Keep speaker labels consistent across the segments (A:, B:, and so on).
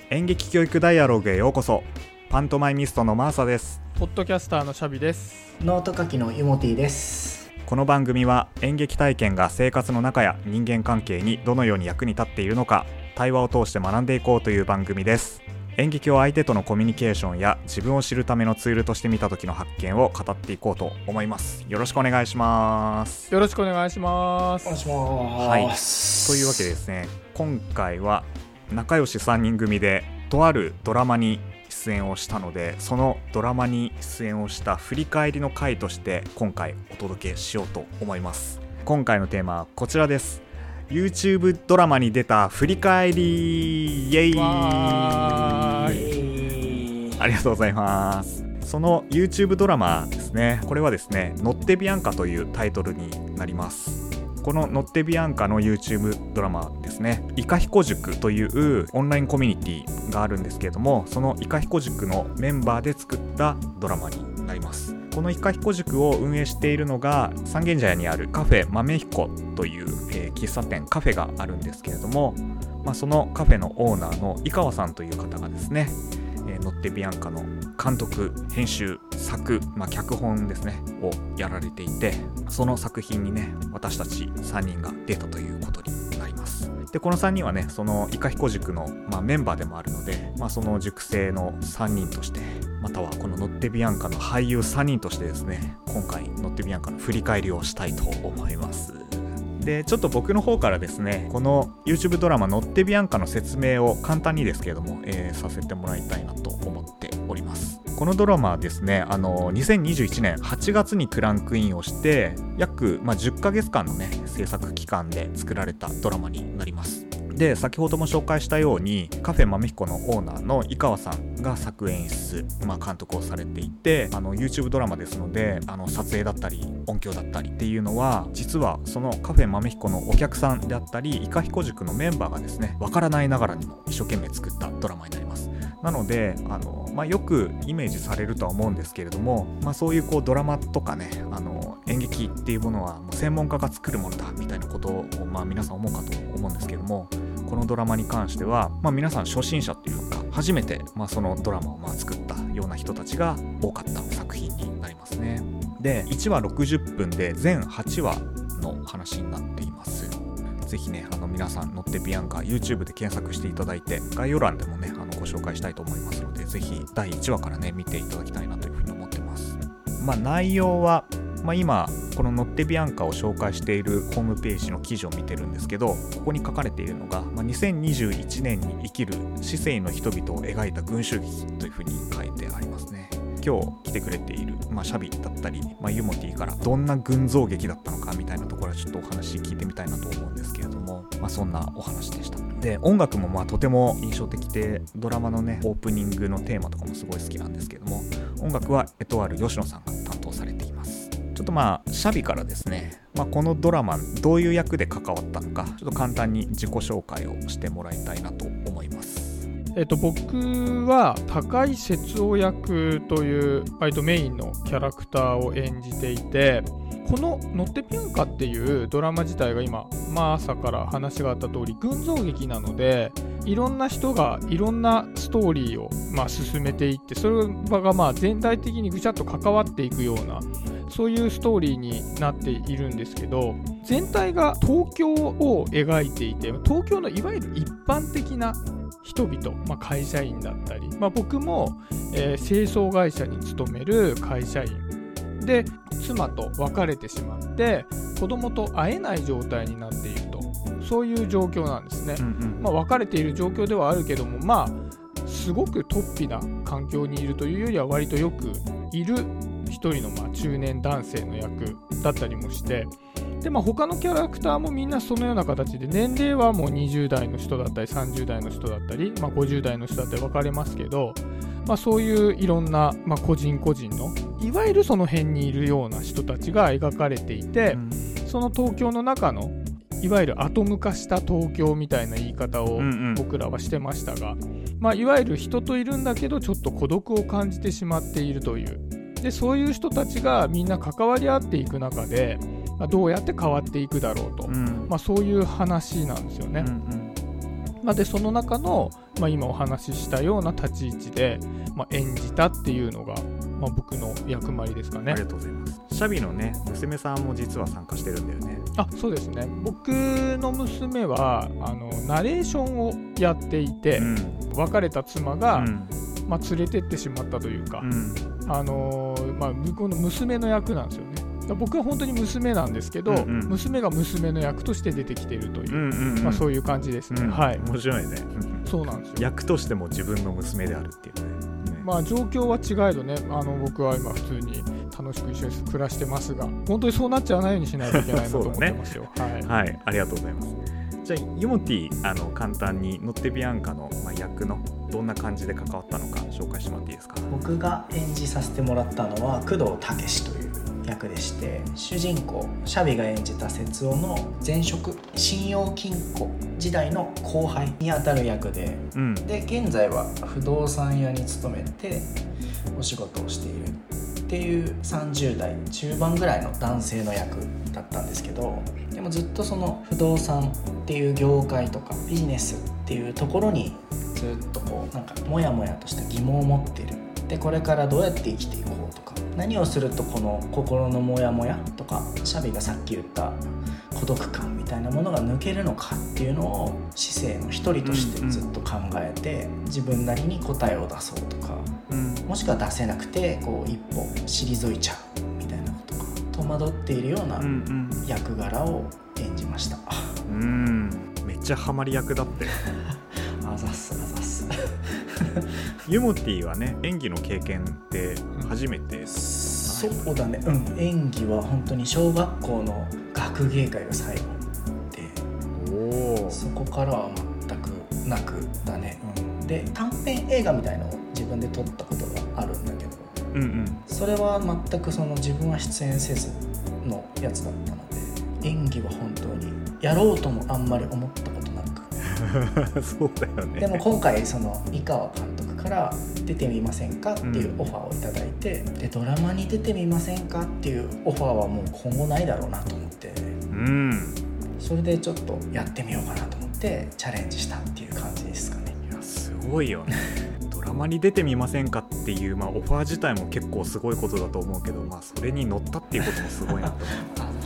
A: 演劇教育ダイアログへようこそ。パントマイミストのマーサです。
B: ポッドキャスターのシャビです。
C: ノート書きのユモティです。
A: この番組は演劇体験が生活の中や人間関係にどのように役に立っているのか、対話を通して学んでいこうという番組です。演劇を相手とのコミュニケーションや自分を知るためのツールとして見た時の発見を語っていこうと思います。よろしくお願いします。
B: よろしくお願いします。
C: お願いします。
A: はい、というわけでですね、今回は仲良し3人組でとあるドラマに出演をしたので、そのドラマに出演をした振り返りの回として今回お届けしようと思います。今回のテーマはこちらです。 YouTube ドラマに出た振り返りイエイ。ありがとうございます。その YouTube ドラマですね、これはですね、ノッテビアンカというタイトルになります。このノッテビアンカの YouTube ドラマですね、イカヒコ塾というオンラインコミュニティがあるんですけれども、そのイカヒコ塾のメンバーで作ったドラマになります。このイカヒコ塾を運営しているのが三軒茶屋にあるカフェ豆彦という、喫茶店カフェがあるんですけれども、そのカフェのオーナーの井川さんという方がですね、ノッテビアンカの監督、編集、作、脚本ですねをやられていて、その作品にね、私たち3人が出たということになります。でこの3人はね、そのイカヒコ塾の、メンバーでもあるので、その塾生の3人として、またはこのノッテビアンカの俳優3人としてですね、今回ノッテビアンカの振り返りをしたいと思います。でちょっと僕の方からですね、この YouTube ドラマノッテビアンカの説明を簡単にですけれども、させてもらいたいなと思っております。このドラマはですね、2021年8月にクランクインをして約、10ヶ月間のね制作期間で作られたドラマになります。で先ほども紹介したように、カフェ豆彦のオーナーの井川さんが作演出、監督をされていて、YouTube ドラマですので、撮影だったり音響だったりっていうのは、実はそのカフェ豆彦のお客さんであったりイカヒコ塾のメンバーがですね、わからないながらにも一生懸命作ったドラマになります。なのでよくイメージされるとは思うんですけれども、そういうドラマとかね、演劇っていうものはもう専門家が作るものだみたいなことを、皆さん思うかと思うんですけれども、このドラマに関しては、皆さん初心者っていうか初めて、そのドラマを作ったような人たちが多かった作品になりますね。で1話60分で全8話の話になっています。ぜひね、皆さんノッテビアンカ YouTube で検索していただいて、概要欄でもねご紹介したいと思いますので、ぜひ第1話からね見ていただきたいなというふうに思ってます。内容は、今このノッテビアンカを紹介しているホームページの記事を見てるんですけど、ここに書かれているのが、2021年に生きる市井の人々を描いた群衆劇というふうに書いてありますね。今日来てくれている、シャビだったり、ユモティからどんな群像劇だったのかみたいなところはちょっとお話聞いてみたいなと思うんですけれども、そんなお話でした。で音楽もとても印象的で、ドラマのねオープニングのテーマとかもすごい好きなんですけども、音楽はエトワール吉野さんが担当されています。ちょっとシャビからですね、このドラマどういう役で関わったのか、ちょっと簡単に自己紹介をしてもらいたいなと思います。
B: 僕は高井節夫役という割とメインのキャラクターを演じていて、このノッテビアンカっていうドラマ自体が今朝から話があった通り群像劇なので、いろんな人がいろんなストーリーを進めていって、それが全体的にぐちゃっと関わっていくような、そういうストーリーになっているんですけど、全体が東京を描いていて、東京のいわゆる一般的な人々、会社員だったり、僕も、清掃会社に勤める会社員で、妻と別れてしまって子供と会えない状態になっていると、そういう状況なんですね。別れている状況ではあるけども、すごく突飛な環境にいるというよりは、割とよくいる一人の中年男性の役だったりもして、で他のキャラクターもみんなそのような形で、年齢はもう20代の人だったり30代の人だったり、50代の人だったり分かれますけど、そういういろんな、個人個人のいわゆるその辺にいるような人たちが描かれていて、その東京の中のいわゆる後向かした東京みたいな言い方を僕らはしてましたが、いわゆる人といるんだけどちょっと孤独を感じてしまっているという、でそういう人たちがみんな関わり合っていく中で、どうやって変わっていくだろうと、そういう話なんですよね。でその中の、 今お話ししたような立ち位置で、演じたっていうのが、僕の役回りですかね。
A: ありがとうございます。シャビのね娘さんも実は参加してるんだよね。
B: そうですね。僕の娘はナレーションをやっていて、別れた妻が、連れてってしまったというか、向こうの娘の役なんですよね。僕は本当に娘なんですけど、娘が娘の役として出てきているという、そういう感じですね。はい。
A: 面白いね。
B: そうなんですよ。
A: 役としても自分の娘であるっていうね。
B: 状況は違えどね、僕は今普通に楽しく一緒に暮らしてますが、本当にそうなっちゃわないようにしないといけないなと思ってますよ。
A: はい、ありがとうございます。じゃあユモティ簡単にノッテビアンカの、役のどんな感じで関わったのか紹介してもらっていいですか。
C: 僕が演じさせてもらったのは工藤武という役でして、主人公シャビが演じた節夫の前職信用金庫時代の後輩にあたる役で、で現在は不動産屋に勤めてお仕事をしているっていう30代中盤ぐらいの男性の役だったんですけど、でもずっとその不動産っていう業界とかビジネスっていうところにずっとなんかモヤモヤとした疑問を持っている。でこれからどうやって生きていこうとか、何をするとこの心のモヤモヤとかシャビがさっき言った孤独感みたいなものが抜けるのかっていうのを市政の一人としてずっと考えて、自分なりに答えを出そうとか、もしくは出せなくて一歩退いちゃうみたいなことか戸惑っているような役柄を演じました。
A: めっちゃハマり役だって
C: あざっす
A: ユモティはね演技の経験って初めて、
C: そうだね、演技は本当に小学校の学芸会が最後で、そこからは全くなくだね、で短編映画みたいのを自分で撮ったことがあるんだけど、それは全く自分は出演せずのやつだったので、演技は本当にやろうともあんまり思ったことなく
A: そうだよね。
C: でも今回井川監督から出てみませんかっていうオファーをいただいて、でドラマに出てみませんかっていうオファーはもう今後ないだろうなと思って、それでちょっとやってみようかなと思ってチャレンジしたっていう感じですかね。
A: いやすごいよねドラマに出てみませんかっていう、オファー自体も結構すごいことだと思うけど、それに乗ったっていうこともすごいなと思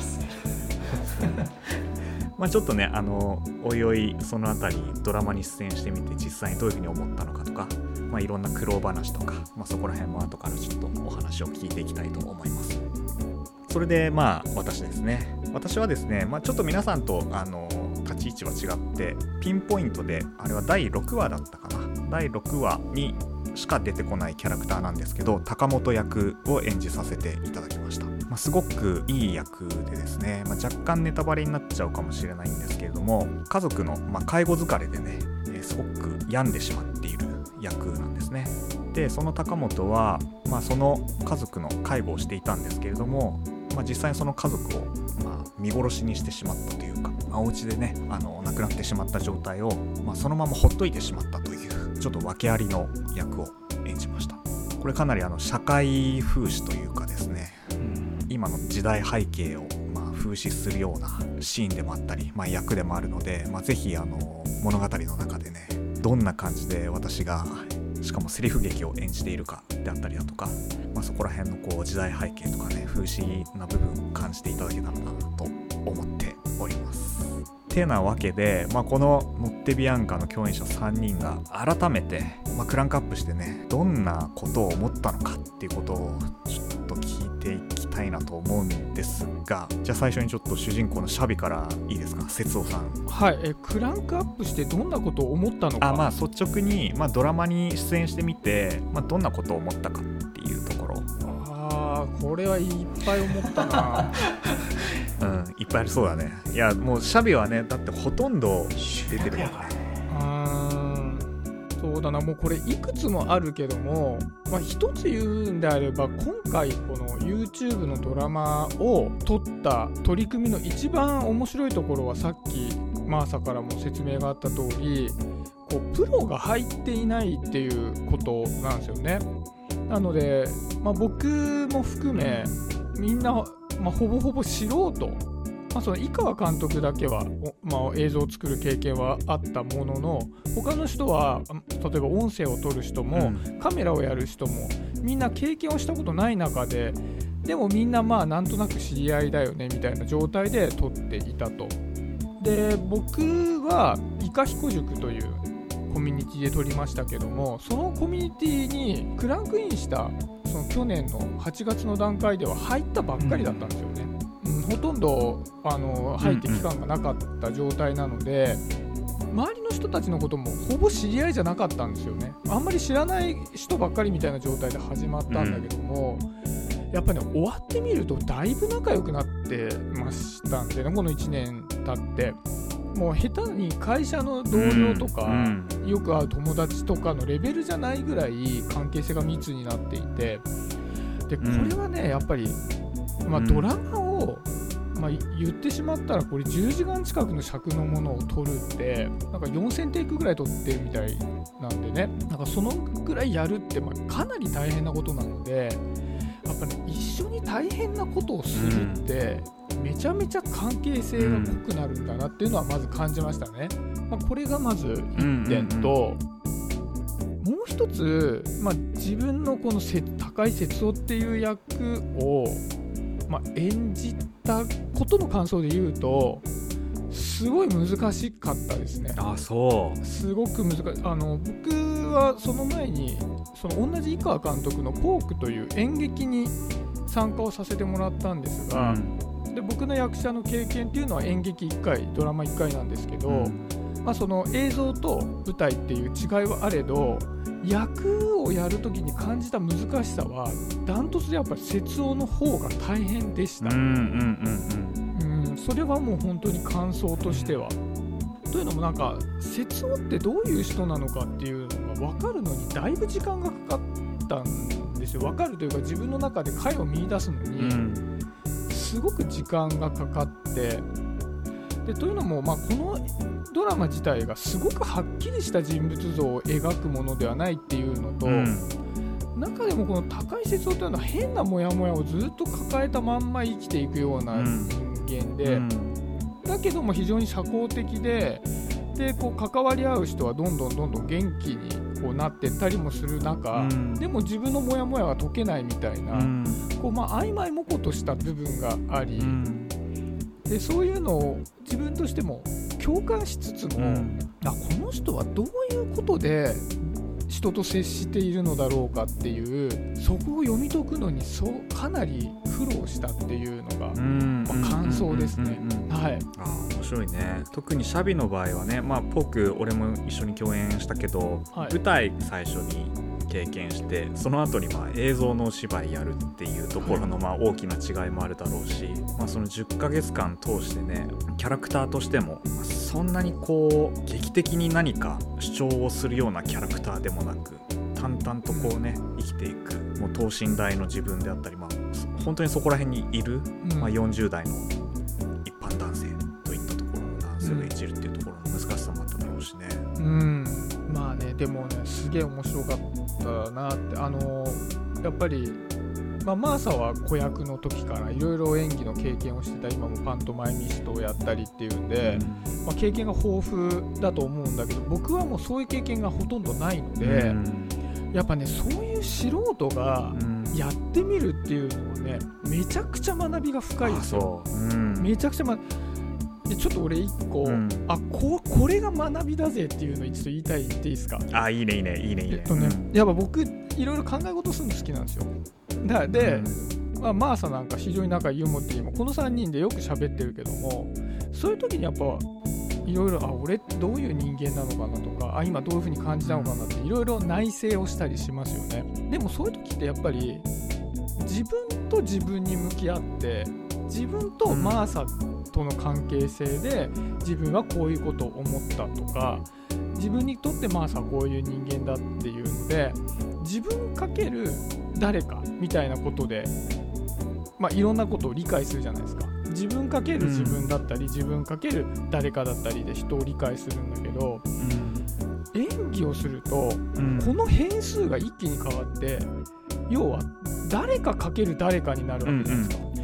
A: うちょっとねおいおいそのあたりドラマに出演してみて実際にどういうふうに思ったのかとか、いろんな苦労話とか、そこら辺も後からちょっとお話を聞いていきたいと思います。それで私ですね。私はですね、ちょっと皆さんと立ち位置は違ってピンポイントで、あれは第6話だったかな、第6話にしか出てこないキャラクターなんですけど、高本役を演じさせていただきました。すごくいい役でですね、若干ネタバレになっちゃうかもしれないんですけれども、家族の、介護疲れでね、すごく病んでしまっている役なんですね。でその高本は、その家族の介護をしていたんですけれども、実際にその家族を、見殺しにしてしまったというか、お家でね亡くなってしまった状態を、そのままほっといてしまったというちょっと訳ありの役を演じました。これかなり社会風刺というかですね、今の時代背景を風刺するようなシーンでもあったり、役でもあるので、ぜひ物語の中でねどんな感じで私がしかもセリフ劇を演じているかであったりだとか、そこら辺の時代背景とかね風刺な部分を感じていただけたらなと思っております。てなわけで、このノッテビアンカの共演者3人が改めて、クランクアップしてねどんなことを思ったのかっていうことをちょっと聞いていきたいなと思うんですが、じゃあ最初にちょっと主人公のシャビからいいですか、節夫さん。
B: はい、クランクアップしてどんなことを思ったのか。
A: 率直に、ドラマに出演してみて、どんなことを思ったかっていうところ。
B: これはいっぱい思ったな
A: いっぱいありそうだね。いやもうシャビはねだってほとんど出てるよね。
B: そうだな、もうこれいくつもあるけども、一つ言うんであれば、今回この YouTube のドラマを撮った取り組みの一番面白いところは、さっきマーサからも説明があった通り、プロが入っていないっていうことなんですよね。なので、僕も含めみんな、ほぼほぼ素人その井川監督だけは、映像を作る経験はあったものの、他の人は例えば音声を撮る人も、カメラをやる人もみんな経験をしたことない中で、でもみんななんとなく知り合いだよねみたいな状態で撮っていたと。で僕は伊香彦塾というコミュニティで撮りましたけども、そのコミュニティにクランクインしたその去年の8月の段階では入ったばっかりだったんですよね。ほとんど入って期間がなかった状態なので、周りの人たちのこともほぼ知り合いじゃなかったんですよね。あんまり知らない人ばっかりみたいな状態で始まったんだけども、やっぱね終わってみるとだいぶ仲良くなってましたんでね、この1年経って。もう下手に会社の同僚とか、よく会う友達とかのレベルじゃないぐらい関係性が密になっていて、でこれはねやっぱり、ドラマを、言ってしまったらこれ10時間近くの尺のものを撮るってなんか4000テイクぐらい撮ってるみたいなんでね、なんかそのぐらいやるってかなり大変なことなので、やっぱね一緒に大変なことをするって、めちゃめちゃ関係性が濃くなるんだなっていうのはまず感じましたね。これがまず1点と、もう一つ、自分のこの高井節夫っていう役を、演じたことの感想で言うとすごい難しかったですね。
A: そう
B: すごく難しい。僕はその前にその同じ井川監督のポークという演劇に参加をさせてもらったんですが、で僕の役者の経験っていうのは演劇1回ドラマ1回なんですけど、その映像と舞台っていう違いはあれど、役をやるときに感じた難しさはダントツでやっぱり節夫の方が大変でした。それはもう本当に感想としては。というのもなんか節夫ってどういう人なのかっていうのが分かるのにだいぶ時間がかかったんですよ。分かるというか自分の中で解を見出すのにすごく時間がかかって、でというのもこのドラマ自体がすごくはっきりした人物像を描くものではないっていうのと、中でもこの高井節夫というのは変なモヤモヤをずっと抱えたまんま生きていくような人間で、だけども非常に社交的で、こう関わり合う人はどんどん元気にこうなっていったりもする中、でも自分のモヤモヤが解けないみたいな、こう曖昧模糊とした部分があり、でそういうのを自分としても共感しつつも、この人はどういうことで人と接しているのだろうかっていう、そこを読み解くのにかなり苦労したっていうのが、感想ですね。
A: 面白いね。特にシャビの場合はね、ポーク俺も一緒に共演したけど、舞台最初に経験して、その後に映像のお芝居やるっていうところの大きな違いもあるだろうし、その10ヶ月間通してね、キャラクターとしてもそんなにこう劇的に何か主張をするようなキャラクターでもなく、淡々とこうね生きていく、もう等身大の自分であったり、本当にそこら辺にいる、40代の一般男性といったところの男性を演じるっていうところの難しさもあっただろうしね。
B: でもねすげえ面白かったなって。やっぱりマーサは子役の時からいろいろ演技の経験をしてた、今もパントマイミストをやったりっていうんで、経験が豊富だと思うんだけど、僕はもうそういう経験がほとんどないので、やっぱねそういう素人がやってみるっていうのはね、めちゃくちゃ学びが深いですよ。めちゃくちゃでちょっと俺一個、これが学びだぜっていうのを一度言っていいですか？
A: いいね。
B: やっぱ僕いろいろ考え事するの好きなんですよ。で、マーサなんか非常に仲いいユモティもこの3人でよく喋ってるけども、そういう時にやっぱいろいろ俺ってどういう人間なのかなとか、今どういう風に感じたのかなっていろいろ内省をしたりしますよね。でもそういう時ってやっぱり自分と自分に向き合って、自分とマーサとの関係性で自分はこういうことを思ったとか、自分にとってマーサはこういう人間だっていうので、自分かける誰かみたいなことで、いろんなことを理解するじゃないですか。自分かける自分だったり、自分かける誰かだったりで人を理解するんだけど、演技をすると、この変数が一気に変わって、要は誰かかける誰かになるわけじゃないですか。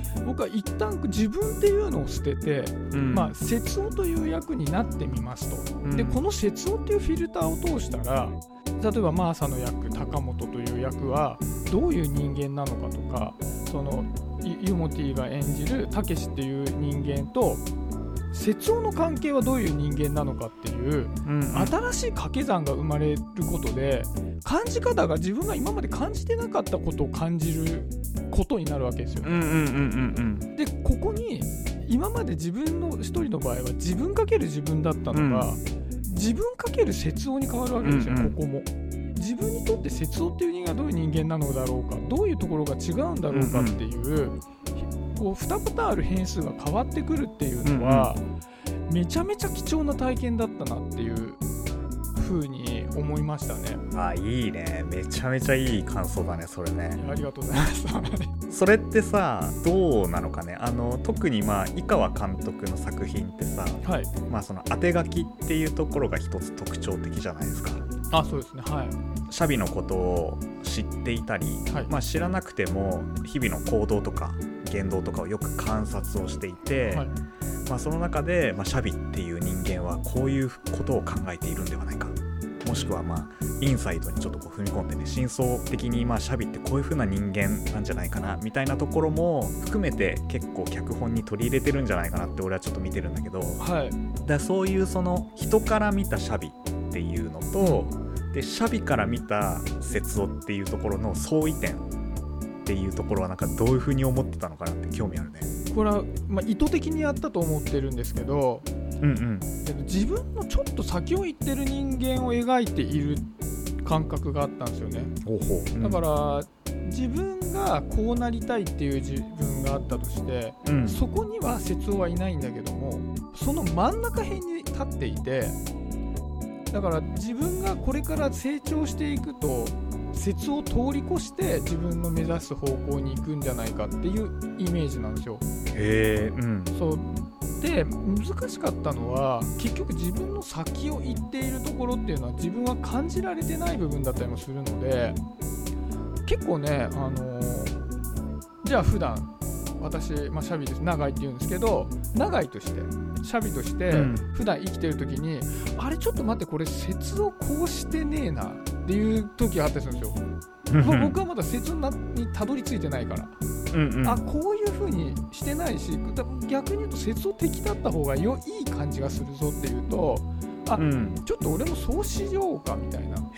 B: 僕は一旦自分っていうのを捨てて、
A: うん
B: 節夫という役になってみますと、
A: うん
B: でこの節夫っていうフィルターを通したら、例えばマーサの役高本という役はどういう人間なのかとか、そのユモティが演じるたけしっていう人間と節夫の関係はどういう人間なのかっていう新しい掛け算が生まれることで、感じ方が自分が今まで感じてなかったことを感じることになるわけですよね。でここに今まで自分の一人の場合は自分かける自分だったのが、自分かける節夫に変わるわけですよ、ここも。自分にとって節夫っていう人間がどういう人間なのだろうか、どういうところが違うんだろうかっていう、こう2パターンある変数が変わってくるっていうのは、めちゃめちゃ貴重な体験だったなっていう風に思いましたね。
A: あ、いいね。めちゃめちゃいい感想だね、それね。
B: ありがとうございます
A: それってさ、どうなのかね。特に井川監督の作品ってさ、
B: はい、
A: その当て書きっていうところが一つ特徴的じゃないですか。
B: あ、そうですね。はい。
A: シャビのことを知っていたり、
B: はい、
A: 知らなくても日々の行動とか言動とかをよく観察をしていて、
B: はい、
A: その中で、シャビっていう人間はこういうことを考えているんではないか、もしくはインサイドにちょっとこう踏み込んでね、深層的にシャビってこういう風な人間なんじゃないかなみたいなところも含めて結構脚本に取り入れてるんじゃないかなって俺はちょっと見てるんだけど、
B: はい、
A: だそういうその人から見たシャビっていうのと、でシャビから見た節夫っていうところの相違点っていうところはなんかどういう風に思ってたのかなって興味あるね。
B: これは、意図的にやったと思ってるんですけど、自分のちょっと先を行ってる人間を描いている感覚があったんですよね。だから自分がこうなりたいっていう自分があったとして、そこには節夫はいないんだけども、その真ん中辺に立っていて、だから自分がこれから成長していくと節を通り越して自分の目指す方向に行くんじゃないかっていうイメージなんですよ。そうで、難しかったのは結局自分の先を行っているところっていうのは自分は感じられてない部分だったりもするので、結構ね、じゃあ普段私、シャビです、長井って言うんですけど、長井としてシャビとして普段生きてる時に、あれちょっと待って、これ節をこうしてねえなっていう時があったりするんですよ。僕はまだ節にたどり着いてないから、こういう風にしてないし、逆に言うと節を敵だった方がいい感じがするぞっていうと、ちょっと俺もそうしようかみたいな、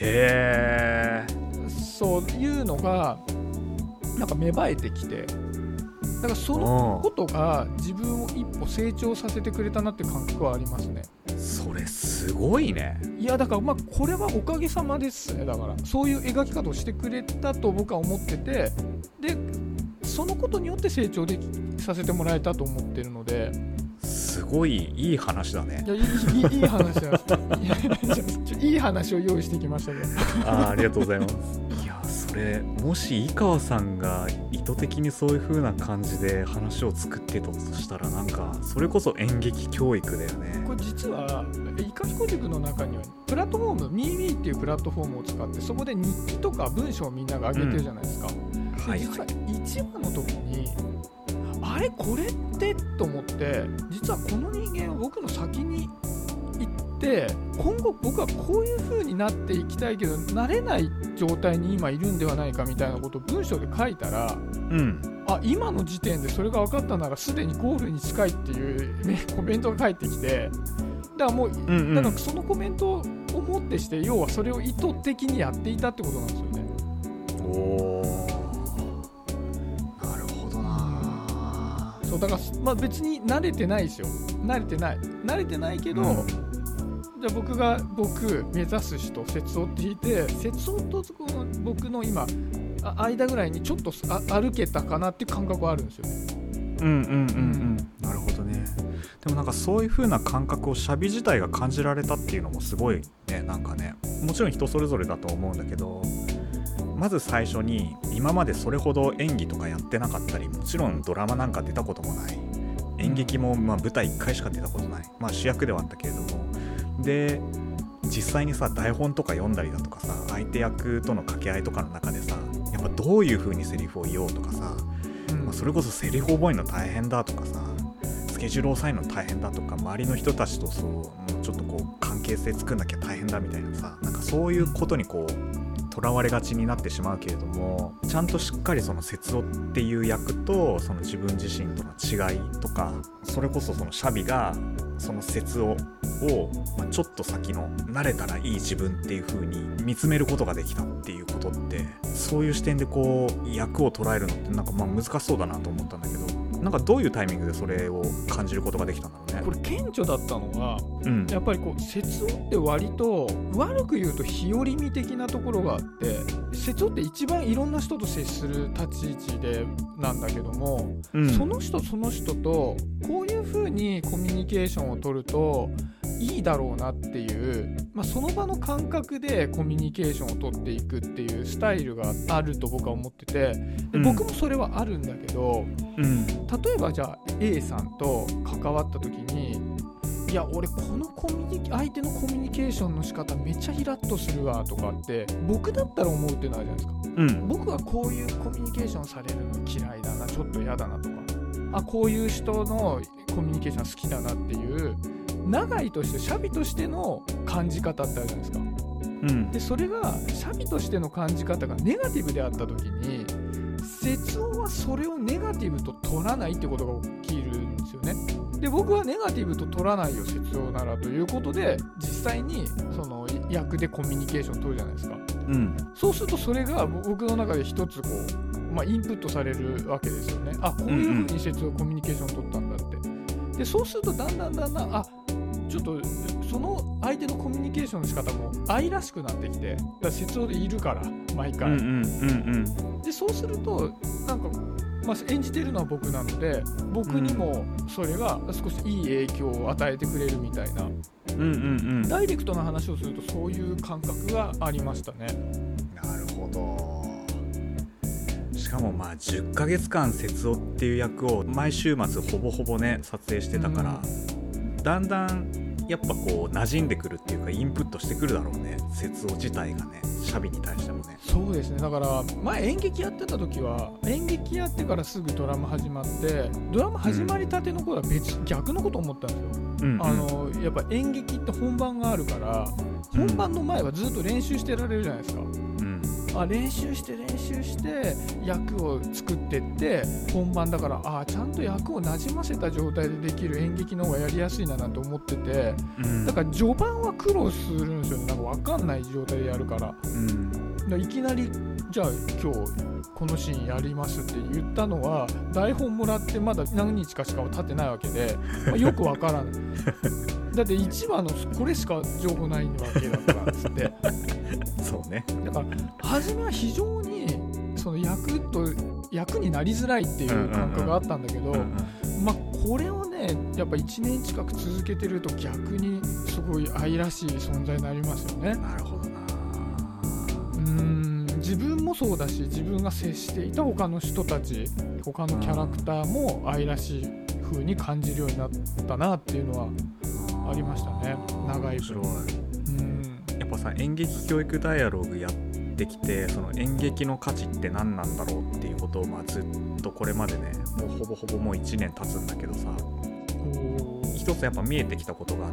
B: そういうのがなんか芽生えてきて、だからそのことが自分を一歩成長させてくれたなっていう感覚はありますね。
A: それすごいね。
B: いやだからこれはおかげさまですね。だからそういう描き方をしてくれたと僕は思ってて、でそのことによって成長させてもらえたと思ってるので、
A: すごいいい話だね。
B: いやいい話なんですいい話を用意してきましたけど
A: ありがとうございます。いやそれもし井川さんが意図的にそういう風な感じで話を作ってたとしたら、なんかそれこそ演劇教育だよね。
B: これ実はイカヒコ塾の中にはプラットフォーム MeWe っていうプラットフォームを使って、そこで日記とか文章をみんなが上げてるじゃないですか、実は1話の時にあれこれってと思って、実はこの人間は僕の先に行って、今後僕はこういう風になっていきたいけどなれない状態に今いるんではないかみたいなことを文章で書いたら、今の時点でそれが分かったならすでにゴールに近いっていう、ね、コメントが返ってきて、だからもう、だからそのコメントをもってして、要はそれを意図的にやっていたってことなんですよね。そうだから、別に慣れてないですよ。慣れてないけど、じゃあ僕目指す人節夫って言って、節夫と僕の今間ぐらいにちょっと歩けたかなっていう感覚はあるんですよね。
A: なるほどね。でもなんかそういう風な感覚をシャビ自体が感じられたっていうのもすごいね。なんかね、もちろん人それぞれだと思うんだけど、まず最初に今までそれほど演技とかやってなかったり、もちろんドラマなんか出たこともない、演劇も舞台1回しか出たことない、主役ではあったけれども、で実際にさ台本とか読んだりだとかさ、相手役との掛け合いとかの中でさ、やっぱどういう風にセリフを言おうとかさ、 それこそセリフ覚えるの大変だとかさ、スケジュール抑えるの大変だとか、周りの人たちとちょっとこう関係性作んなきゃ大変だみたいなさ、なんかそういうことにこうとらわれがちになってしまうけれども、ちゃんとしっかりその節男っていう役とその自分自身との違いとか、それこそそのシャビがその節男を、ちょっと先の慣れたらいい自分っていう風に見つめることができたっていうことって、そういう視点でこう役を捉えるのってなんか難しそうだなと思ったんだけど、なんかどういうタイミングでそれを感じることができたんだろうね。
B: これ顕著だったのは、やっぱりこう節男って割と悪く言うと日和見的なところがあって、節男って一番いろんな人と接する立ち位置でなんだけども、その人その人とこういう風にコミュニケーションを取るといいだろうなっていう、その場の感覚でコミュニケーションを取っていくっていうスタイルがあると僕は思ってて、で僕もそれはあるんだけど、例えばじゃあ A さんと関わった時に、いや俺この相手のコミュニケーションの仕方めっちゃイラッとするわとかって僕だったら思うっていうのあるじゃないですか。僕はこういうコミュニケーションされるの嫌いだな、ちょっと嫌だなとか、こういう人のコミュニケーション好きだなっていう長井としてシャビとしての感じ方ってあるじゃないですか。でそれがシャビとしての感じ方がネガティブであった時に、節男はそれをネガティブと取らないってことが起きるんですよね。で僕はネガティブと取らないよ節男ならということで、実際にその役でコミュニケーション取るじゃないですか。そうするとそれが僕の中で一つこう、インプットされるわけですよね。こういう風に節男コミュニケーション取ったんだって。でそうするとだんだんちょっとその相手のコミュニケーションの仕方も愛らしくなってきて、節男でいるから毎回、でそうするとなんか、演じてるのは僕なので、僕にもそれが少しいい影響を与えてくれるみたいな、ダイレクトな話をするとそういう感覚がありましたね。
A: なるほど。しかも10ヶ月間節男っていう役を毎週末ほぼほぼね撮影してたから、だんだんやっぱこう馴染んでくるっていうか、インプットしてくるだろうね、節男自体がね、シャビに対してもね。
B: そうですね。だから前演劇やってた時は、演劇やってからすぐドラマ始まって、ドラマ始まりたての頃は逆のこと思ったんですよ。やっぱ演劇って本番があるから、本番の前はずっと練習してられるじゃないですか。練習して役を作ってって本番だから、ちゃんと役をなじませた状態でできる演劇の方がやりやすいななんて思ってて、だから序盤は苦労するんですよね。なんか分かんない状態でやるから、いきなりじゃあ今日このシーンやりますって言ったのは、台本もらってまだ何日かしか経ってないわけで、よく分からないだって1話のこれしか情報ないわけだからっつって
A: そうね。
B: だから初めは非常にその役になりづらいっていう感覚があったんだけど、これをねやっぱ1年近く続けてると逆にすごい愛らしい存在になりますよね。
A: なるほどな。
B: 自分もそうだし、自分が接していた他の人たち、他のキャラクターも愛らしい風に感じるようになったなっていうのはありましたね。長い分。
A: やっぱさ、演劇教育ダイアログやってきて、その演劇の価値って何なんだろうっていうことをずっとこれまでね、もうほぼほぼもう1年経つんだけどさ、一つやっぱ見えてきたことがあって、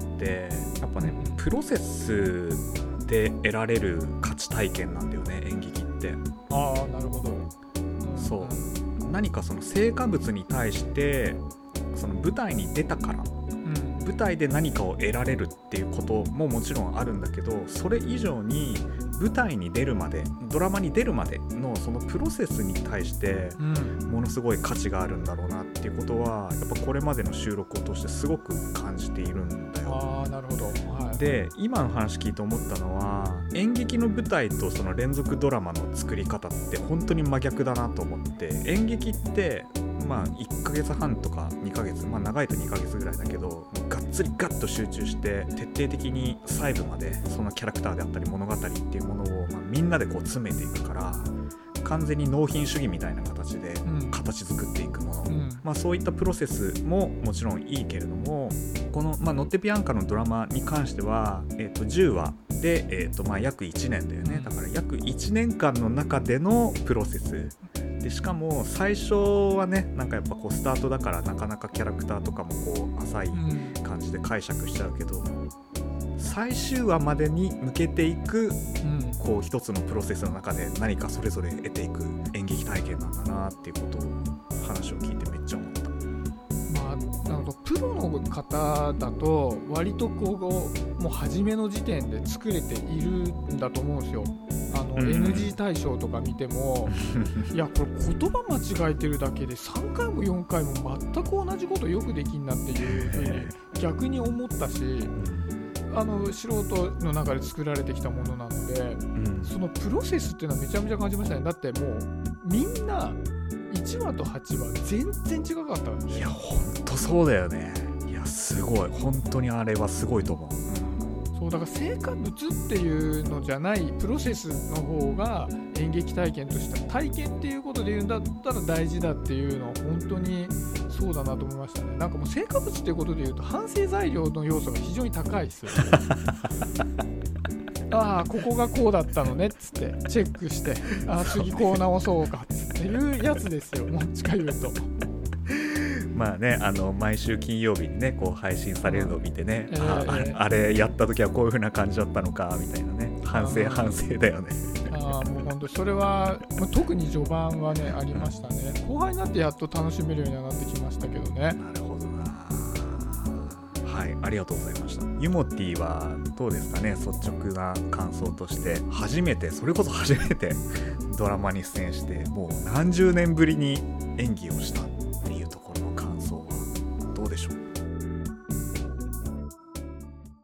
A: やっぱね、プロセスで得られる価値体験なんだよね、演劇って。
B: なるほど。
A: そう何かその成果物に対してその舞台に出たから、舞台で何かを得られるっていうことももちろんあるんだけど、それ以上に舞台に出るまで、ドラマに出るまでのそのプロセスに対してものすごい価値があるんだろうなっていうことは、やっぱこれまでの収録を通してすごく感じているんだよ。
B: なるほど。
A: で今の話聞いて思ったのは、演劇の舞台とその連続ドラマの作り方って本当に真逆だなと思って、演劇って1ヶ月半とか2ヶ月、長いと2ヶ月ぐらいだけど、がっつりガッと集中して徹底的に細部までそのキャラクターであったり物語っていうものを、みんなでこう詰めていくから、完全に納品主義みたいな形で形作っていくもの、そういったプロセスももちろんいいけれども、この、ノッテ・ビアンカのドラマに関しては、10話で、約1年だよね。だから約1年間の中でのプロセスでしかも最初はねなんかやっぱこうスタートだからなかなかキャラクターとかもこう浅い感じで解釈しちゃうけど、最終話までに向けていく、こう一つのプロセスの中で何かそれぞれ得ていく演劇体験なんだなっていうことを話を聞いてめっちゃ思った。
B: なるほど。プロの方だと割とこうもう初めの時点で作れているんだと思うんですよ。NG 大賞とか見てもいやこれ言葉間違えてるだけで3回も4回も全く同じことよくできんなっていうふうに逆に思ったし、素人の中で作られてきたものなので、そのプロセスっていうのはめちゃめちゃ感じましたね。だってもうみんな1話と8話全然違かったからね。
A: いやほんとそうだよね。いやすごい、本当にあれはすごいと思う。
B: そうだから成果物っていうのじゃないプロセスの方が演劇体験としては体験っていうことで言うんだったら大事だっていうのは本当にそうだなと思いましたね。なんかもう成果物っていうことで言うと反省材料の要素が非常に高いですよああここがこうだったのねっつってチェックして、ああ次こう直そうかっつっていうやつですよ、もう近い言うと。
A: まあね、毎週金曜日にねこう配信されるのを見てね、あれやった時はこういう風な感じだったのかみたいなね、反省だよね。
B: もう本当それは、特に序盤はねありましたね。後半になってやっと楽しめるようになってきましたけどね。
A: なるほどな。はい、ありがとうございました。ユモティはどうですかね、率直な感想として。それこそ初めてドラマに出演してもう何十年ぶりに演技をした